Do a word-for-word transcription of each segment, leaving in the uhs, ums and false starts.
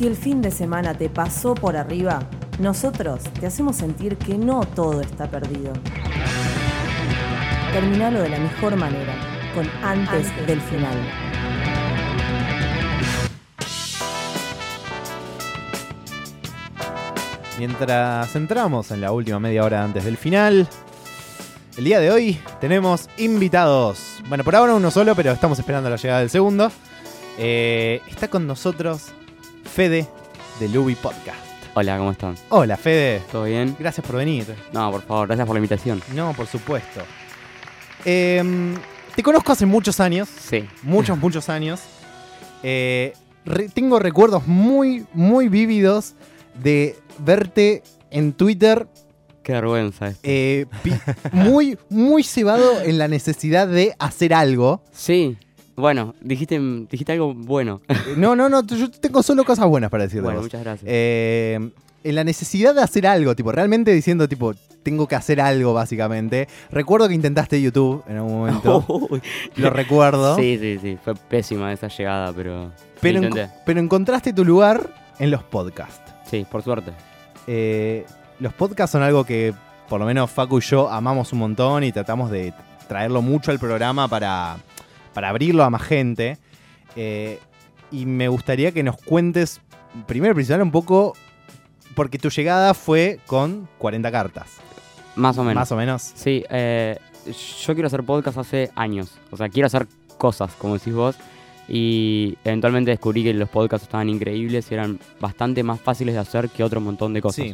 Si el fin de semana te pasó por arriba, nosotros te hacemos sentir que no todo está perdido. Terminalo de la mejor manera, con Antes, Antes del Final. Mientras entramos en la última media hora antes del final, el día de hoy tenemos invitados. Bueno, por ahora uno solo, pero estamos esperando la llegada del segundo. Eh, está con nosotros Fede de Lubi Podcast. Hola, ¿cómo están? Hola, Fede. ¿Todo bien? Gracias por venir. No, por favor, gracias por la invitación. No, por supuesto. Eh, te conozco hace muchos años. Sí. Muchos, muchos años. Eh, re- tengo recuerdos muy, muy vívidos de verte en Twitter. Qué vergüenza esto. Eh, pi- muy, muy cebado en la necesidad de hacer algo. Sí. Bueno, dijiste, dijiste algo bueno. No, no, no, yo tengo solo cosas buenas para decirte. Bueno, vos. muchas gracias. Eh, en la necesidad de hacer algo, tipo, realmente diciendo, tipo, tengo que hacer algo, básicamente. Recuerdo que intentaste YouTube en algún momento. Uy. Lo recuerdo. Sí, sí, sí. Fue pésima esa llegada, pero. Pero, lo en- intenté. pero encontraste tu lugar en los podcasts. Sí, por suerte. Eh, los podcasts son algo que, por lo menos, Facu y yo amamos un montón y tratamos de traerlo mucho al programa para, para abrirlo a más gente. Eh, y me gustaría que nos cuentes, primero y principal, un poco, porque tu llegada fue con cuarenta cartas. Más o menos. Más o menos. Sí, eh, yo quiero hacer podcast hace años. O sea, quiero hacer cosas, como decís vos. Y eventualmente descubrí que los podcasts estaban increíbles y eran bastante más fáciles de hacer que otro montón de cosas. Sí.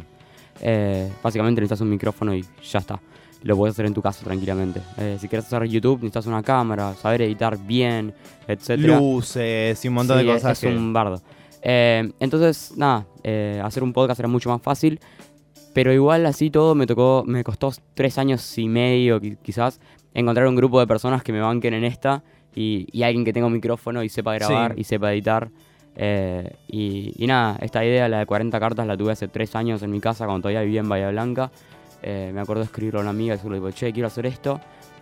Eh, básicamente necesitas un micrófono y ya está. Lo puedes hacer en tu casa tranquilamente. Eh, si quieres hacer YouTube necesitas una cámara, saber editar bien, etcétera. Luces y un montón Sí, de cosas. es que... un bardo. Eh, entonces, nada, eh, hacer un podcast era mucho más fácil. Pero igual así todo me tocó, me costó tres años y medio qui- quizás encontrar un grupo de personas que me banquen en esta y, y alguien que tenga un micrófono y sepa grabar Sí. y sepa editar. Eh, y, y nada, esta idea, la de cuarenta cartas, la tuve hace tres años en mi casa cuando todavía vivía en Bahía Blanca. Eh, me acuerdo de escribirle a una amiga y decirle, tipo, che, quiero hacer esto.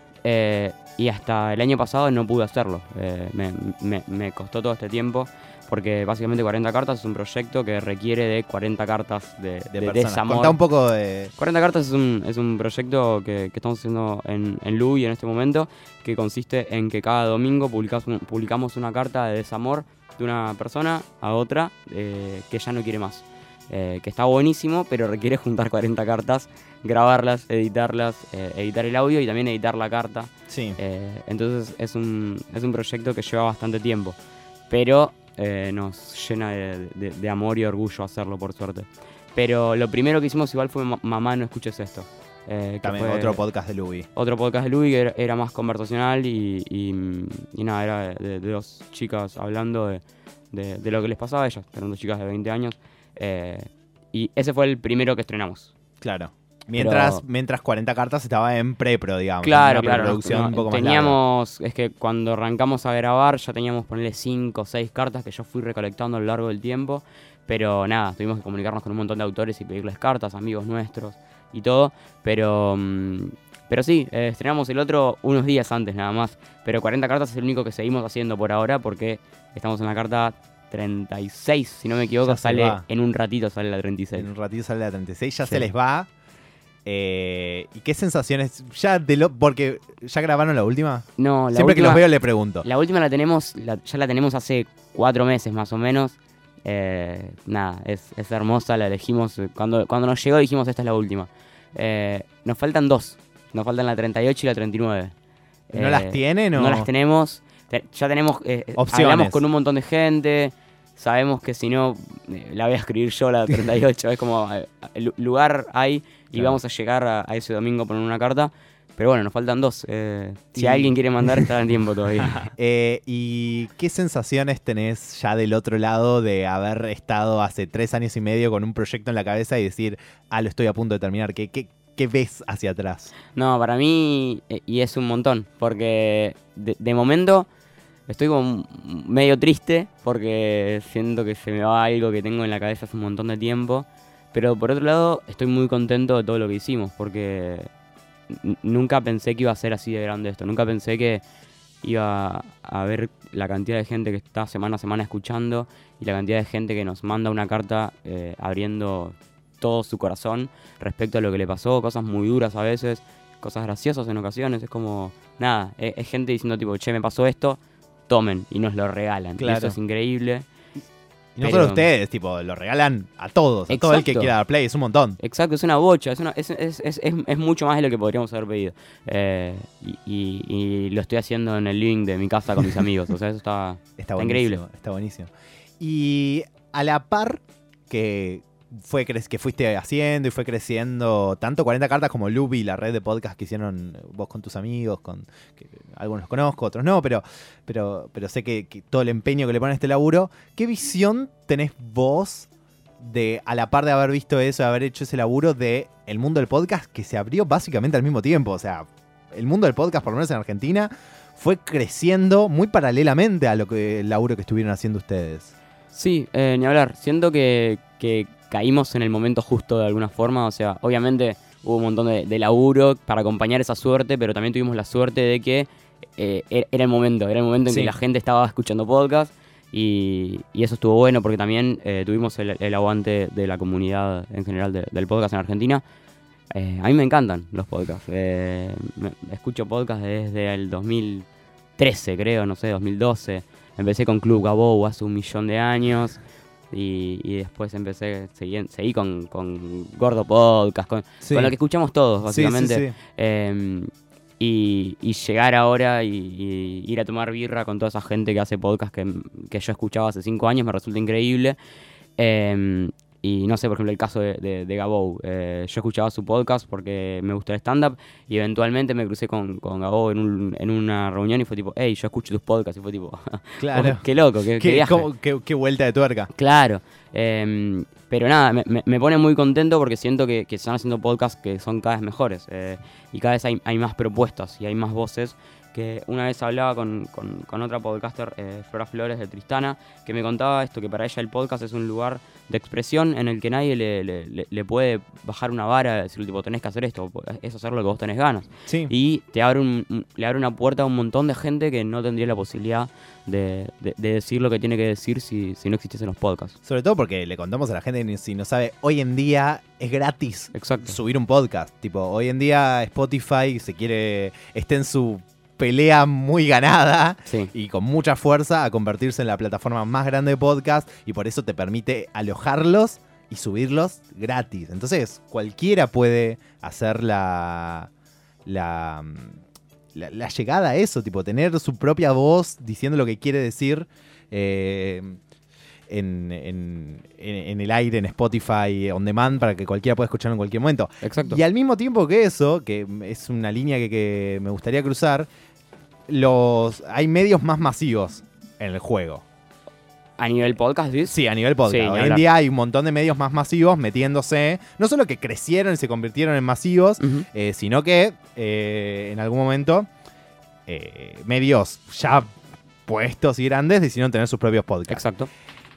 Eh, y hasta el año pasado no pude hacerlo. Eh, me, me, me costó todo este tiempo. Porque básicamente cuarenta cartas es un proyecto que requiere de cuarenta cartas de, de de personas. desamor. Contá un poco de... cuarenta cartas es un, es un proyecto que, que estamos haciendo en, en Lubi en este momento, que consiste en que cada domingo publicamos, un- publicamos una carta de desamor de una persona a otra eh, que ya no quiere más. Eh, que está buenísimo, pero requiere juntar cuarenta cartas, grabarlas, editarlas, eh, editar el audio y también editar la carta. Sí. Eh, entonces es un, es un proyecto que lleva bastante tiempo, pero eh, nos llena de, de- de amor y orgullo hacerlo, por suerte. Pero lo primero que hicimos igual fue Ma- Mamá, no escuches esto. eh, que También fue otro podcast de Lubi. otro podcast de Lubi que era, era más conversacional y, y, y nada, era de, de dos chicas hablando de, de- de lo que les pasaba a ellas. Eran dos chicas de veinte años. eh, y ese fue el primero que estrenamos. Claro. Mientras, Pero- mientras cuarenta cartas estaba en prepro, digamos. Claro, en una claro. preproducción no, un poco más larga. teníamos, es que cuando arrancamos a grabar ya teníamos ponerle cinco o seis cartas que yo fui recolectando a lo largo del tiempo. Pero nada, tuvimos que comunicarnos con un montón de autores y pedirles cartas, amigos nuestros y todo. Pero, mm, pero sí, eh, estrenamos el otro unos días antes nada más. Pero cuarenta cartas es el único que seguimos haciendo por ahora porque estamos en la carta treinta y seis, si no me equivoco, Ya se sale va. en un ratito sale la treinta y seis. En un ratito sale la treinta y seis, ya Sí. se les va. Eh, ¿Y qué sensaciones? Ya de lo, porque ya grabaron la última. No, la Siempre que última- los veo le pregunto. La última la tenemos, la- ya la tenemos hace cuatro meses más o menos. Eh, nada, es, es hermosa, la elegimos. eh, Cuando, cuando nos llegó dijimos esta es la última. Eh, nos faltan dos. Nos faltan la treinta y ocho y la treinta y nueve. ¿No Eh, las tienen o...? No las tenemos. Te- ya tenemos... eh, Opciones. Hablamos con un montón de gente. Sabemos que si no, eh, la voy a escribir yo la treinta y ocho. Es como, eh, el lugar hay y Claro. vamos a llegar a, a ese domingo a poner una carta. Pero bueno, nos faltan dos. Eh, si Y- alguien quiere mandar, está en tiempo todavía. Eh, ¿Y qué sensaciones tenés ya del otro lado de haber estado hace tres años y medio con un proyecto en la cabeza y decir, ah, lo estoy a punto de terminar? ¿Qué, qué, qué ves hacia atrás? No, para mí, eh, y es un montón, porque de, de momento estoy como medio triste, porque siento que se me va algo que tengo en la cabeza hace un montón de tiempo, pero por otro lado estoy muy contento de todo lo que hicimos, porque n- nunca pensé que iba a ser así de grande esto, nunca pensé que, iba a ver la cantidad de gente que está semana a semana escuchando y la cantidad de gente que nos manda una carta eh, abriendo todo su corazón respecto a lo que le pasó, cosas muy duras a veces, cosas graciosas en ocasiones. Es como, nada, es, es gente diciendo tipo, che, me pasó esto, tomen, y nos lo regalan. Claro. Y eso es increíble. Y no solo ustedes, tipo, lo regalan a todos, a Exacto. todo el que quiera dar play, es un montón. Exacto, es una bocha, es, una, es, es, es, es, es mucho más de lo que podríamos haber pedido. Eh, y, y, y lo estoy haciendo en el living de mi casa con mis amigos, o sea, eso está, Está, está increíble. Está buenísimo. Y a la par que fue cre- que fuiste haciendo y fue creciendo tanto cuarenta cartas como Lupi, la red de podcast que hicieron vos con tus amigos, con que algunos los conozco, otros no, pero, pero, pero sé que, que todo el empeño que le ponen a este laburo. ¿Qué visión tenés vos de, a la par de haber visto eso, de haber hecho ese laburo, de el mundo del podcast que se abrió básicamente al mismo tiempo? O sea, el mundo del podcast, por lo menos en Argentina, fue creciendo muy paralelamente a lo que el laburo que estuvieron haciendo ustedes. Sí, eh, ni hablar. Siento que, que caímos en el momento justo de alguna forma. O sea, obviamente hubo un montón de, de laburo para acompañar esa suerte, pero también tuvimos la suerte de que eh, era el momento. Era el momento en Sí. que la gente estaba escuchando podcast y, y eso estuvo bueno porque también eh, tuvimos el, el aguante de la comunidad en general de- del podcast en Argentina. Eh, a mí me encantan los podcasts. Eh, me- escucho podcasts desde el dos mil trece, creo, no sé, dos mil doce. Empecé con Club Gabou hace un millón de años y, y después empecé, seguí, seguí con, con Gordo Podcast, con, Sí. con lo que escuchamos todos, Sí, sí, básicamente. sí. Eh, y, y llegar ahora y, y ir a tomar birra con toda esa gente que hace podcast que, que yo escuchaba hace cinco años me resulta increíble. Eh, y no sé, por ejemplo, el caso de, de, de Gabou. Eh, yo escuchaba su podcast porque me gusta el stand-up y eventualmente me crucé con, con Gabou en, un, en una reunión y fue tipo, hey, yo escucho tus podcasts. Y fue tipo, Claro. oh, qué loco, qué, qué ¿Qué, viaje. cómo- qué- qué vuelta de tuerca. Claro. Eh, pero nada, me, me- me pone muy contento porque siento que, que se están haciendo podcasts que son cada vez mejores. Eh, y cada vez hay, hay más propuestas y hay más voces. Que una vez hablaba con, con, con otra podcaster, eh, Flora Flores de Tristana, que me contaba esto, que para ella el podcast es un lugar de expresión en el que nadie le, le, le- le puede bajar una vara, decir tipo, tenés que hacer esto, es hacer lo que vos tenés ganas. Sí. Y te abre un, un- le abre una puerta a un montón de gente que no tendría la posibilidad de, de- de decir lo que tiene que decir si, si no existiesen los podcasts. Sobre todo porque le contamos a la gente que si no sabe, hoy en día es gratis Exacto. subir un podcast. Tipo, hoy en día Spotify se quiere, está en su pelea muy ganada Sí. y con mucha fuerza a convertirse en la plataforma más grande de podcast y por eso te permite alojarlos y subirlos gratis. Entonces, cualquiera puede hacer la, la, la, la llegada a eso, tipo, tener su propia voz diciendo lo que quiere decir. eh, En, en- en- en el aire, en Spotify, on demand, para que cualquiera pueda escucharlo en cualquier momento. Exacto. Y al mismo tiempo que eso, que es una línea que, que me gustaría cruzar, los hay medios más masivos en el juego. A nivel podcast, ¿ves? Sí, a nivel podcast. Sí, ni Hoy en hablar. día hay un montón de medios más masivos metiéndose, no solo que crecieron y se convirtieron en masivos, Ujú. eh, sino que eh, en algún momento eh, medios ya puestos y grandes decidieron tener sus propios podcasts. Exacto.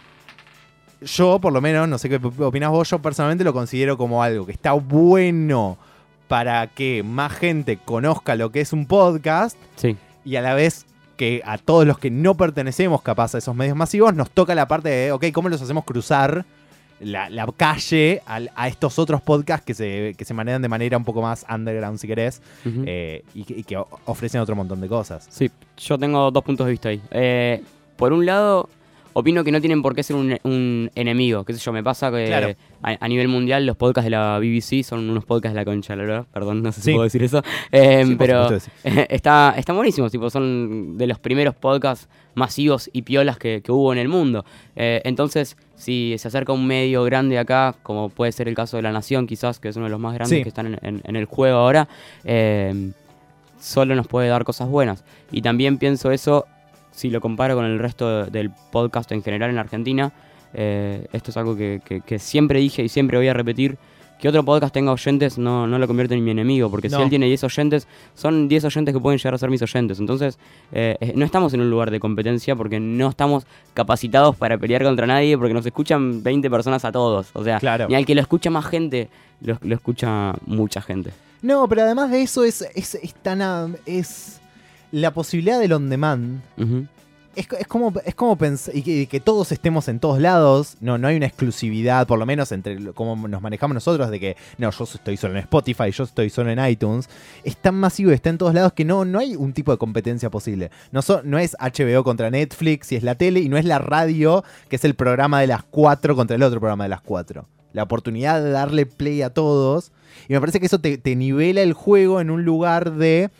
Yo, por lo menos, no sé qué opinás vos, yo personalmente lo considero como algo que está bueno para que más gente conozca lo que es un podcast Sí. y a la vez que a todos los que no pertenecemos capaz a esos medios masivos nos toca la parte de, ok, ¿cómo los hacemos cruzar la, la calle al- a estos otros podcasts que se, que se manejan de manera un poco más underground, si querés, Ujú. eh, y, que, y que o- ofrecen otro montón de cosas? Sí, yo tengo dos puntos de vista ahí. Eh, por un lado, opino que no tienen por qué ser un, un enemigo. Qué sé yo, me pasa que Claro. a, a nivel mundial los podcasts de la B B C son unos podcasts de la concha, la verdad. Perdón, no sé Sí. si puedo decir eso. Eh, Sí, por pero supuesto que sí. está, están buenísimos, tipo, son de los primeros podcasts masivos y piolas que, que hubo en el mundo. Eh, entonces, si se acerca un medio grande acá, como puede ser el caso de La Nación, quizás, que es uno de los más grandes Sí. que están en, en- en el juego ahora, eh, solo nos puede dar cosas buenas. Y también pienso eso, si lo comparo con el resto de- del podcast en general en Argentina, eh, esto es algo que, que- que siempre dije y siempre voy a repetir, que otro podcast tenga oyentes no, no lo convierte en mi enemigo, porque No. si él tiene diez oyentes, son diez oyentes que pueden llegar a ser mis oyentes. Entonces, eh, eh, no estamos en un lugar de competencia porque no estamos capacitados para pelear contra nadie, porque nos escuchan veinte personas a todos. O sea, Claro. ni al que lo escucha más gente, lo, lo escucha mucha gente. No, pero además de eso es, es, es tan... ah, es, la posibilidad del on demand Ujú. es, es como, es como pensar, y que, y que todos estemos en todos lados, no, no hay una exclusividad, por lo menos entre lo- cómo nos manejamos nosotros, de que no, yo estoy solo en Spotify, yo estoy solo en iTunes. Es tan masivo y está en todos lados que no, no hay un tipo de competencia posible. No, so- no es H B O contra Netflix y es la tele, y no es la radio, que es el programa de las cuatro contra el otro programa de las cuatro. La oportunidad de darle play a todos. Y me parece que eso te, te nivela el juego en un lugar de...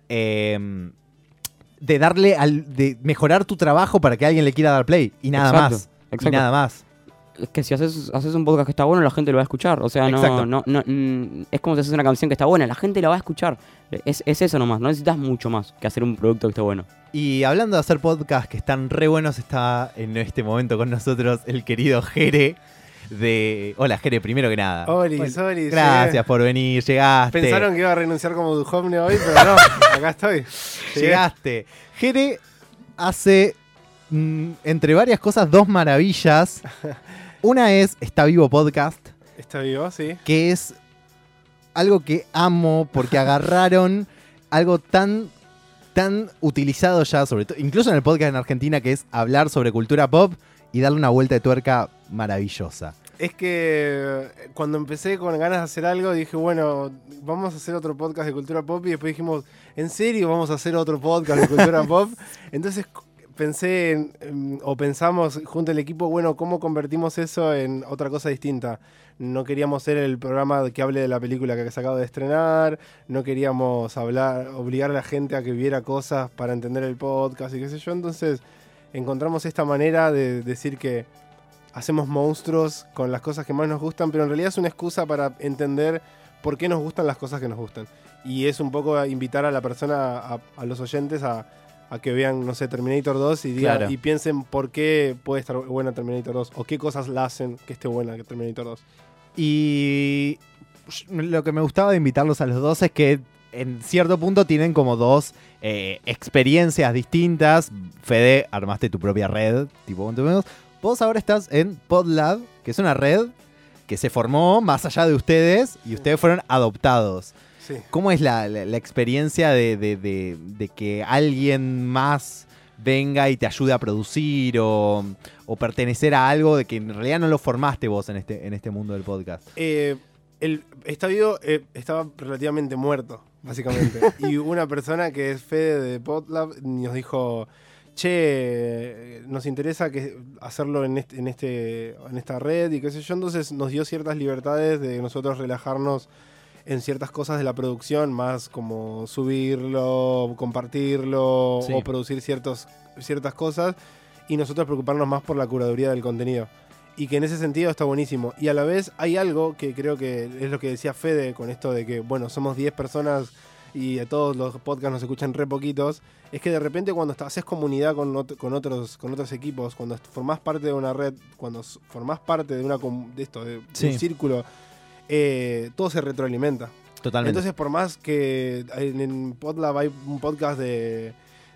eh, de darle al, de mejorar tu trabajo para que alguien le quiera dar play y nada Exacto, más. exacto. Y nada más. Es que si haces, haces un podcast que está bueno, la gente lo va a escuchar. O sea, Exacto. no, no, no, mm, es como si haces una canción que está buena, la gente la va a escuchar. Es, es eso nomás, no necesitas mucho más que hacer un producto que esté bueno. Y hablando de hacer podcasts que están re buenos, está en este momento con nosotros el querido Jere de... Hola Jere, primero que nada. Olis, Bueno, Olis. gracias llegué. por venir, llegaste. Pensaron que iba a renunciar como Duhovne hoy, pero no, acá estoy. Llegué. Llegaste. Jere hace, mm, entre varias cosas, dos maravillas. Una es Está Vivo Podcast, ¿Está vivo? Sí. que es algo que amo porque agarraron algo tan tan utilizado ya, sobre todo incluso en el podcast en Argentina, que es hablar sobre cultura pop y darle una vuelta de tuerca maravillosa. Es que eh, cuando empecé con ganas de hacer algo, dije, bueno, vamos a hacer otro podcast de cultura pop. Y después dijimos, ¿en serio vamos a hacer otro podcast de cultura pop? Entonces c- pensé, en, en- o pensamos junto al equipo, bueno, ¿cómo convertimos eso en otra cosa distinta? No queríamos ser el programa que hable de la película que se acaba de estrenar, no queríamos hablar, obligar a la gente a que viera cosas para entender el podcast y qué sé yo. Entonces encontramos esta manera de decir que hacemos monstruos con las cosas que más nos gustan, pero en realidad es una excusa para entender por qué nos gustan las cosas que nos gustan. Y es un poco a invitar a la persona, a, a los oyentes, a, a que vean, no sé, Terminator dos y, diga, Claro. y piensen por qué puede estar buena Terminator dos o qué cosas la hacen que esté buena que Terminator dos. Y lo que me gustaba de invitarlos a los dos es que en cierto punto tienen como dos eh, experiencias distintas. Fede, armaste tu propia red, tipo cuando vemos. Vos ahora estás en PodLab, que es una red que se formó más allá de ustedes y ustedes fueron adoptados. Sí. ¿Cómo es la, la- la experiencia de, de- de- de que alguien más venga y te ayude a producir o, o pertenecer a algo de que en realidad no lo formaste vos en este, en este mundo del podcast? Eh, el Está Vivo eh, estaba relativamente muerto, básicamente. Y una persona que es Fede de PodLab nos dijo, che, nos interesa que hacerlo en, este, en, este, en esta red y qué sé yo. Entonces nos dio ciertas libertades de nosotros relajarnos en ciertas cosas de la producción, más como subirlo, compartirlo Sí. o producir ciertos, ciertas cosas, y nosotros preocuparnos más por la curaduría del contenido. Y que en ese sentido está buenísimo. Y a la vez hay algo que creo que es lo que decía Fede con esto de que, bueno, somos diez personas y a todos los podcasts nos escuchan re poquitos. Es que de repente cuando estás- haces comunidad con, ot- con, otros, con otros equipos, cuando formás parte de una red, cuando s- formás parte de, una com- de esto, de, de Sí. un círculo, eh, todo se retroalimenta. Totalmente. Entonces, por más que en, en PodLab hay un podcast de,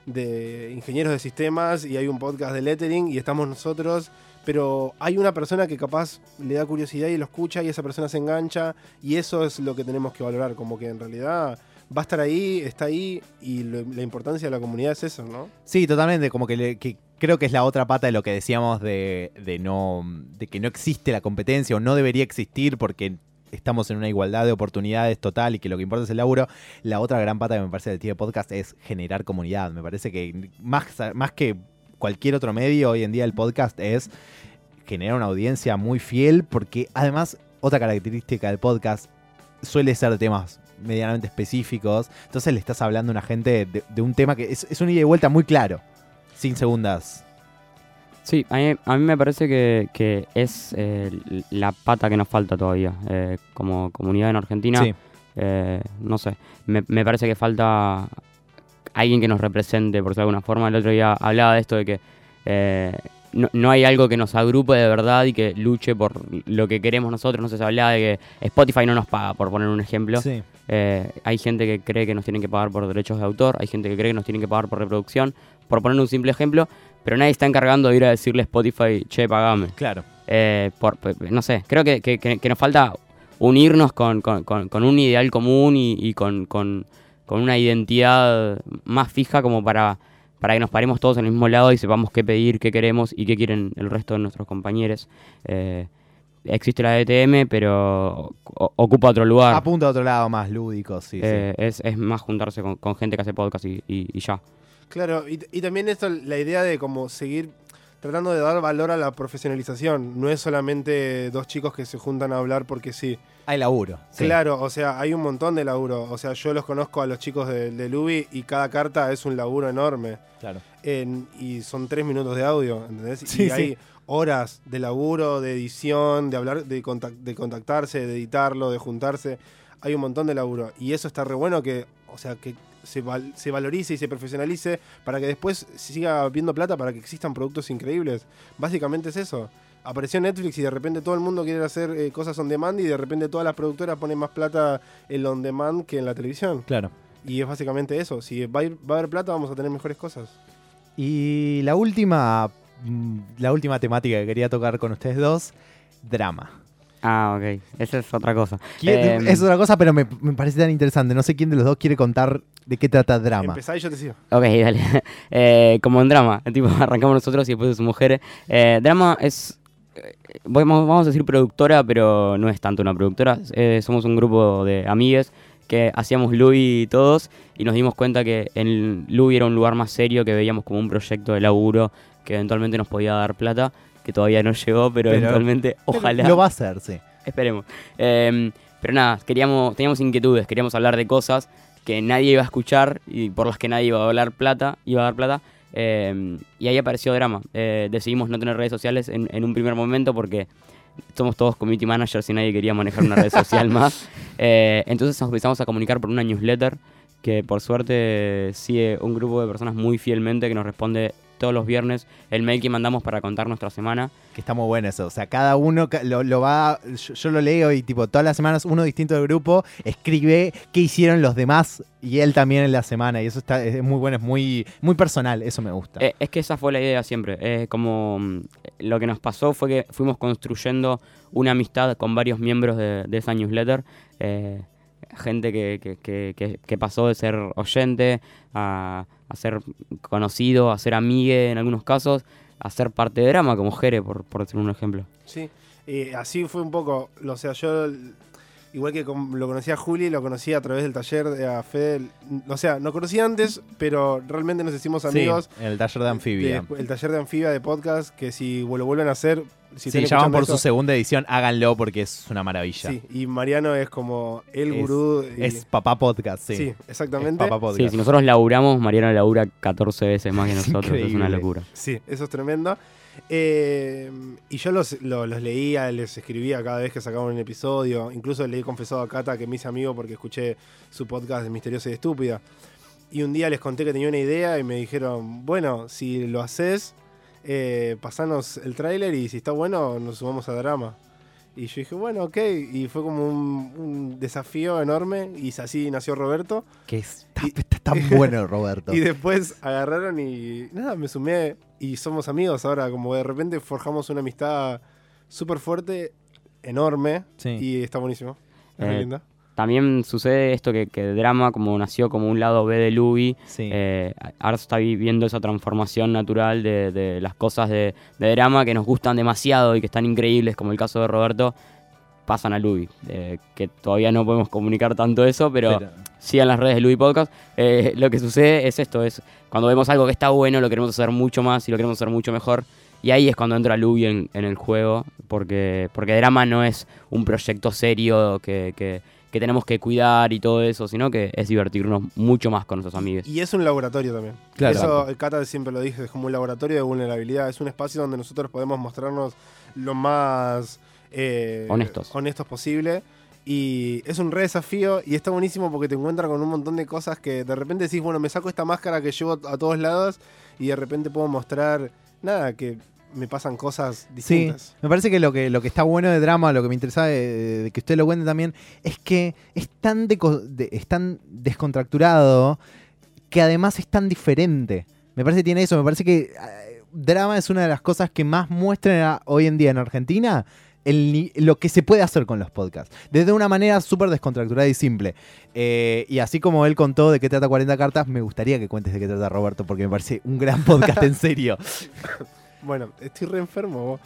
de ingenieros de sistemas y hay un podcast de lettering y estamos nosotros, pero hay una persona que capaz le da curiosidad y lo escucha y esa persona se engancha, y eso es lo que tenemos que valorar, como que en realidad va a estar ahí, está ahí, y lo- la importancia de la comunidad es eso, ¿no? Sí, totalmente. Como que, le- que creo que es la otra pata de lo que decíamos de, de no de que no existe la competencia o no debería existir porque estamos en una igualdad de oportunidades total y que lo que importa es el laburo. La otra gran pata que me parece del tipo de podcast es generar comunidad. Me parece que más, más que cualquier otro medio hoy en día el podcast es generar una audiencia muy fiel, porque además otra característica del podcast suele ser de temas medianamente específicos. Entonces le estás hablando a una gente de, de un tema que es, es un ida y vuelta muy claro, sin segundas. Sí, a mí, a mí me parece que, que es eh, la pata que nos falta todavía eh, como comunidad en Argentina. Sí. Eh, no sé, me, me parece que falta alguien que nos represente, por decirlo de alguna forma. El otro día hablaba de esto de que eh, no, no hay algo que nos agrupe de verdad y que luche por lo que queremos nosotros. No sé, se hablaba de que Spotify no nos paga, por poner un ejemplo. Sí. Eh, hay gente que cree que nos tienen que pagar por derechos de autor, hay gente que cree que nos tienen que pagar por reproducción, por poner un simple ejemplo, pero nadie está encargando de ir a decirle a Spotify, che, pagame. Claro. Eh, por, por- no sé, creo que, que- que- que nos falta unirnos con, con- con- con un ideal común y, y con, con- con una identidad más fija como para, para que nos paremos todos en el mismo lado y sepamos qué pedir, qué queremos y qué quieren el resto de nuestros compañeros. Eh, existe la D T M, pero o- ocupa otro lugar. Apunta a otro lado más lúdico, sí, Eh, es, es más juntarse con, con gente que hace podcast y, y- y ya. Claro, y, y también esto, la idea de como seguir tratando de dar valor a la profesionalización. No es solamente dos chicos que se juntan a hablar porque sí. Hay laburo. sí. Claro, o sea, hay un montón de laburo. O sea, yo los conozco a los chicos de, de Lubi y cada carta es un laburo enorme. Claro. En- y son tres minutos de audio, ¿entendés? Sí, y sí. hay horas de laburo, de edición, de hablar, de, contac- de contactarse, de editarlo, de juntarse. Hay un montón de laburo. Y eso está re bueno que, o sea, que se, val- se valorice y se profesionalice para que después siga viendo plata para que existan productos increíbles. Básicamente es eso. Apareció Netflix y de repente todo el mundo quiere hacer eh, cosas on demand y de repente todas las productoras ponen más plata en on demand que en la televisión. Claro. Y es básicamente eso. Si va a, ir- va a haber plata, vamos a tener mejores cosas. Y la última, mm, la última temática que quería tocar con ustedes dos, drama. Ah, ok. Esa es otra cosa. ¿Quién- Em, es otra cosa, pero me, me parece tan interesante. No sé quién de los dos quiere contar de qué trata drama. Empezá y yo te sigo. Ok, dale. Eh, como en drama, tipo, arrancamos nosotros y después de su mujer. Eh, drama es, eh, vamos, vamos a decir productora, pero no es tanto una productora. Eh, somos un grupo de amigues que hacíamos Lubi todos y nos dimos cuenta que en Lubi era un lugar más serio, que veíamos como un proyecto de laburo que eventualmente nos podía dar plata, que todavía no llegó, pero, Pero- eventualmente, Pero ojalá. Lo va a hacer, sí. Esperemos. Eh, pero nada, queríamos, teníamos inquietudes, queríamos hablar de cosas que nadie iba a escuchar y por las que nadie iba a hablar plata, iba a dar plata. Eh, y ahí apareció drama. Eh, decidimos no tener redes sociales en, en un primer momento porque somos todos community managers y nadie quería manejar una red social más. Eh, entonces nos empezamos a comunicar por una newsletter que por suerte sigue un grupo de personas muy fielmente que nos responde todos los viernes el mail que mandamos para contar nuestra semana. Que está muy bueno eso. O sea, cada uno ca- lo, lo va. Yo, yo lo leo y, tipo, todas las semanas uno distinto del grupo escribe qué hicieron los demás y él también en la semana. Y eso está es muy bueno, es muy, muy personal. Eso me gusta. Eh, es que esa fue la idea siempre. Es como mm, lo que nos pasó fue que fuimos construyendo una amistad con varios miembros de, de esa newsletter. Eh, gente que, que, que, que- que pasó de ser oyente a, a ser conocido, a ser amigue en algunos casos, a ser parte de drama, como Jere, por, por decir un ejemplo. Sí, eh, así fue un poco. O sea, yo, igual que con- lo conocía a Juli, lo conocí a través del taller de a Fede. O sea, no conocía antes, pero realmente nos hicimos Sí, amigos. en el taller de anfibia. de- el taller de anfibia de podcast, que si lo vuelven a hacer. Si Si están llaman escuchando por su esto, segunda edición, háganlo porque es una maravilla. Sí, y Mariano es como el Es- gurú. y- Es papá podcast, sí. sí, Es exactamente. papá Sí, podcast. si nosotros laburamos, Mariano labura catorce veces más que Es nosotros. Es una increíble. locura. Sí, eso es tremendo. Eh, y yo los, lo- los leía, les escribía cada vez que sacaban un episodio. Incluso le he confesado a Cata que me hice amigo porque escuché su podcast de Misteriosa y Estúpida. Y un día les conté que tenía una idea y me dijeron, bueno, si lo haces, eh, pasanos el tráiler y si está bueno nos sumamos a drama. Y yo dije, bueno, ok. Y fue como un, un desafío enorme y así nació Roberto. Que está, Y- está tan bueno, Roberto. Y después agarraron y nada, me sumé y somos amigos ahora. Como de repente forjamos una amistad súper fuerte, enorme Sí. y está buenísimo. Es muy Eh, linda. También sucede esto que, que drama, como nació como un lado B de Lubi, Sí. eh, ahora se está viviendo esa transformación natural de, de las cosas de, de drama que nos gustan demasiado y que están increíbles, como el caso de Roberto, pasan a Lubi. Eh, que todavía no podemos comunicar tanto eso, pero, Pero- sigan las redes de Lubi Podcast. Eh, lo que sucede es esto, es cuando vemos algo que está bueno, lo queremos hacer mucho más y lo queremos hacer mucho mejor. Y ahí es cuando entra Lubi en, en el juego, porque, porque drama no es un proyecto serio que... que que tenemos que cuidar y todo eso, sino que es divertirnos mucho más con nuestros amigos. Y es un laboratorio también. Claro. Eso el Cata siempre lo dije, es como un laboratorio de vulnerabilidad. Es un espacio donde nosotros podemos mostrarnos lo más eh, Honestos. honestos posible. Y es un re desafío y está buenísimo porque te encuentras con un montón de cosas que de repente decís, bueno, me saco esta máscara que llevo a todos lados y de repente puedo mostrar, nada, que me pasan cosas Sí, distintas. me parece que lo que lo que está bueno de drama, lo que me interesaba de, de que usted lo cuente también, es que es tan, deco- de- es tan descontracturado que además es tan diferente. Me parece que tiene eso, me parece que eh, drama es una de las cosas que más muestran a- hoy en día en Argentina. el ni- lo que se puede hacer con los podcasts. Desde una manera súper descontracturada y simple. Eh, y así como él contó de qué trata cuarenta cartas, me gustaría que cuentes de qué trata Roberto, porque me parece un gran podcast en serio. Bueno, estoy re enfermo. vos.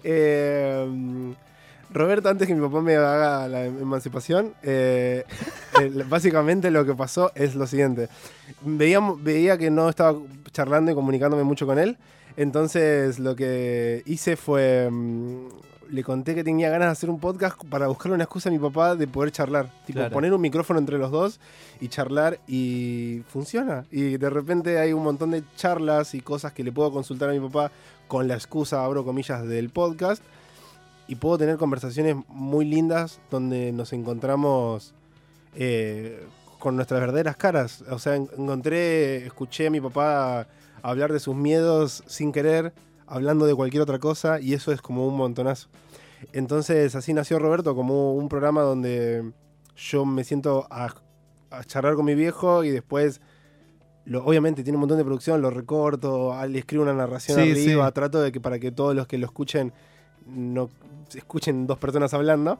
Eh, Roberto, antes que mi papá me haga la emancipación, eh, eh, básicamente lo que pasó es lo siguiente. Veíamos, veía que no estaba charlando y comunicándome mucho con él, entonces lo que hice fue... mm, le conté que tenía ganas de hacer un podcast para buscarle una excusa a mi papá de poder charlar. Tipo, Claro. poner un micrófono entre los dos y charlar, y funciona. Y de repente hay un montón de charlas y cosas que le puedo consultar a mi papá con la excusa, abro comillas, del podcast. Y puedo tener conversaciones muy lindas donde nos encontramos eh, con nuestras verdaderas caras. O sea, en- encontré, escuché a mi papá hablar de sus miedos sin querer, hablando de cualquier otra cosa, y eso es como un montonazo. Entonces así nació Roberto, como un programa donde yo me siento a, a charlar con mi viejo y después, lo, obviamente tiene un montón de producción, lo recorto, ah, le escribo una narración Sí, arriba, sí. trato de que para que todos los que lo escuchen no escuchen dos personas hablando.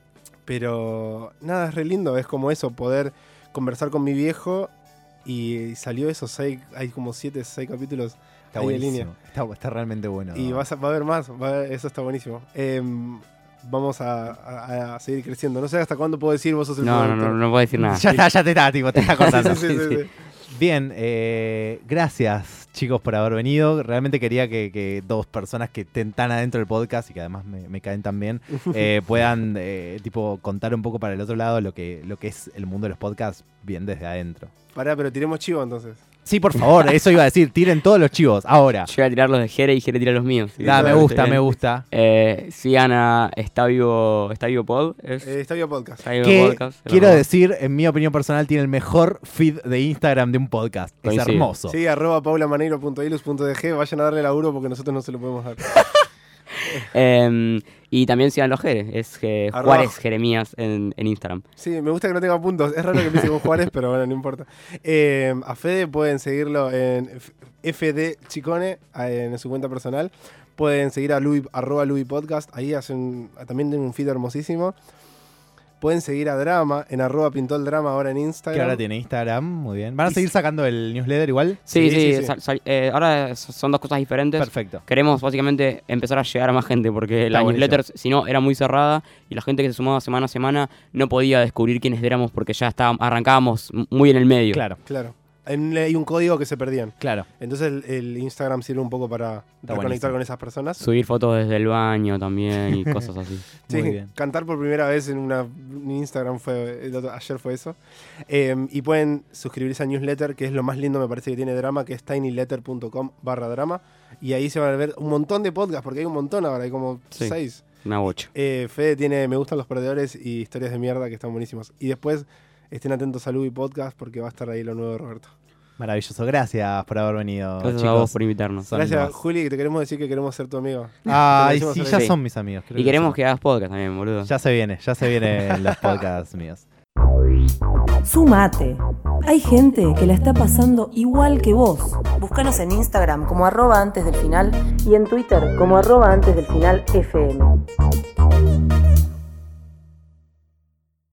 Pero nada, es re lindo, es como eso, poder conversar con mi viejo, y salió esos seis, hay como siete, seis capítulos. Está Ahí en buenísimo. línea. Está, está realmente bueno. Y vas a- va a haber más, va a haber- eso está buenísimo. Eh, vamos a, a- a seguir creciendo. No sé hasta cuándo puedo decir, vos sos el No, no, productor. no, no puedo decir nada. Ya está, ya te está, tipo, te está cortando. Sí, sí, sí, sí, sí. Bien, eh, gracias chicos por haber venido. Realmente quería que, que dos personas que estén tan adentro del podcast y que además me, me caen tan bien, eh, puedan eh, tipo contar un poco para el otro lado lo que, lo que es el mundo de los podcasts bien desde adentro. Pará, pero tiremos chivo entonces. Sí, por favor, eso iba a decir, tiren todos los chivos, ahora. Yo voy a tirar los de Jere y Jere tira los míos. Sí, Ah, me claro, gusta, está me bien. gusta. Eh, sigan a Está Vivo, Está Vivo Pod. Es Eh, está bien podcast. Está Vivo Que Podcast. es quiero verdad. decir, en mi opinión personal, tiene el mejor feed de Instagram de un podcast. Es Coincido. hermoso. Sí, arroba paulamaneiro punto ilus punto d g. Vayan a darle laburo porque nosotros no se lo podemos dar. Eh, y también sigan los Jere. Es eh, Arroba- Juárez Jeremías en, en Instagram. Sí, me gusta que no tenga puntos. Es raro que empiece con Juárez, pero bueno, no importa. Eh, a Fede pueden seguirlo en F- F D Chicone, eh, en su cuenta personal. Pueden seguir a Louis, arroba Louis Podcast. Ahí hacen, también tienen un feed hermosísimo. Pueden seguir a Drama en arroba pintó el drama ahora en Instagram. Que ahora tiene Instagram, muy bien. ¿Van a Y seguir s- sacando el newsletter igual? Sí, Sí, sí. sí, sí. sal- sal- eh, ahora s- son dos cosas diferentes. Perfecto. Queremos básicamente empezar a llegar a más gente porque Está la buenísimo. newsletter, si no, era muy cerrada y la gente que se sumaba semana a semana no podía descubrir quiénes éramos porque ya estábamos, arrancábamos m- muy en el medio. Claro, Claro. Hay un, hay un código que se perdían. claro. Entonces el, el Instagram sirve un poco para Está reconectar buenísimo. con esas personas. Subir fotos desde el baño también y cosas así. Sí, Muy bien. cantar por primera vez en una un Instagram fue el otro- ayer fue eso. Eh, y pueden suscribirse a newsletter, que es lo más lindo me parece que tiene Drama, que es tinyletter punto com barra drama. Y ahí se van a ver un montón de podcasts, porque hay un montón ahora, hay como Sí. seis. Una bocha. Eh, Fede tiene Me Gustan los Perdedores y Historias de Mierda, que están buenísimos. Y después estén atentos a Lubi Podcast, porque va a estar ahí lo nuevo de Roberto. Maravilloso. Gracias por haber venido, Gracias chicos. a vos por invitarnos. Son Gracias, los- Juli, que te queremos decir que queremos ser tu amigo. Ay, Te lo sí, decimos ya ahí. son mis amigos. creo Y queremos sí. que hagas podcast también, boludo. Ya se viene, ya se vienen los podcasts míos. Sumate. Hay gente que la está pasando igual que vos. Búscanos en Instagram como arroba antes del final y en Twitter como arroba antes del final F M.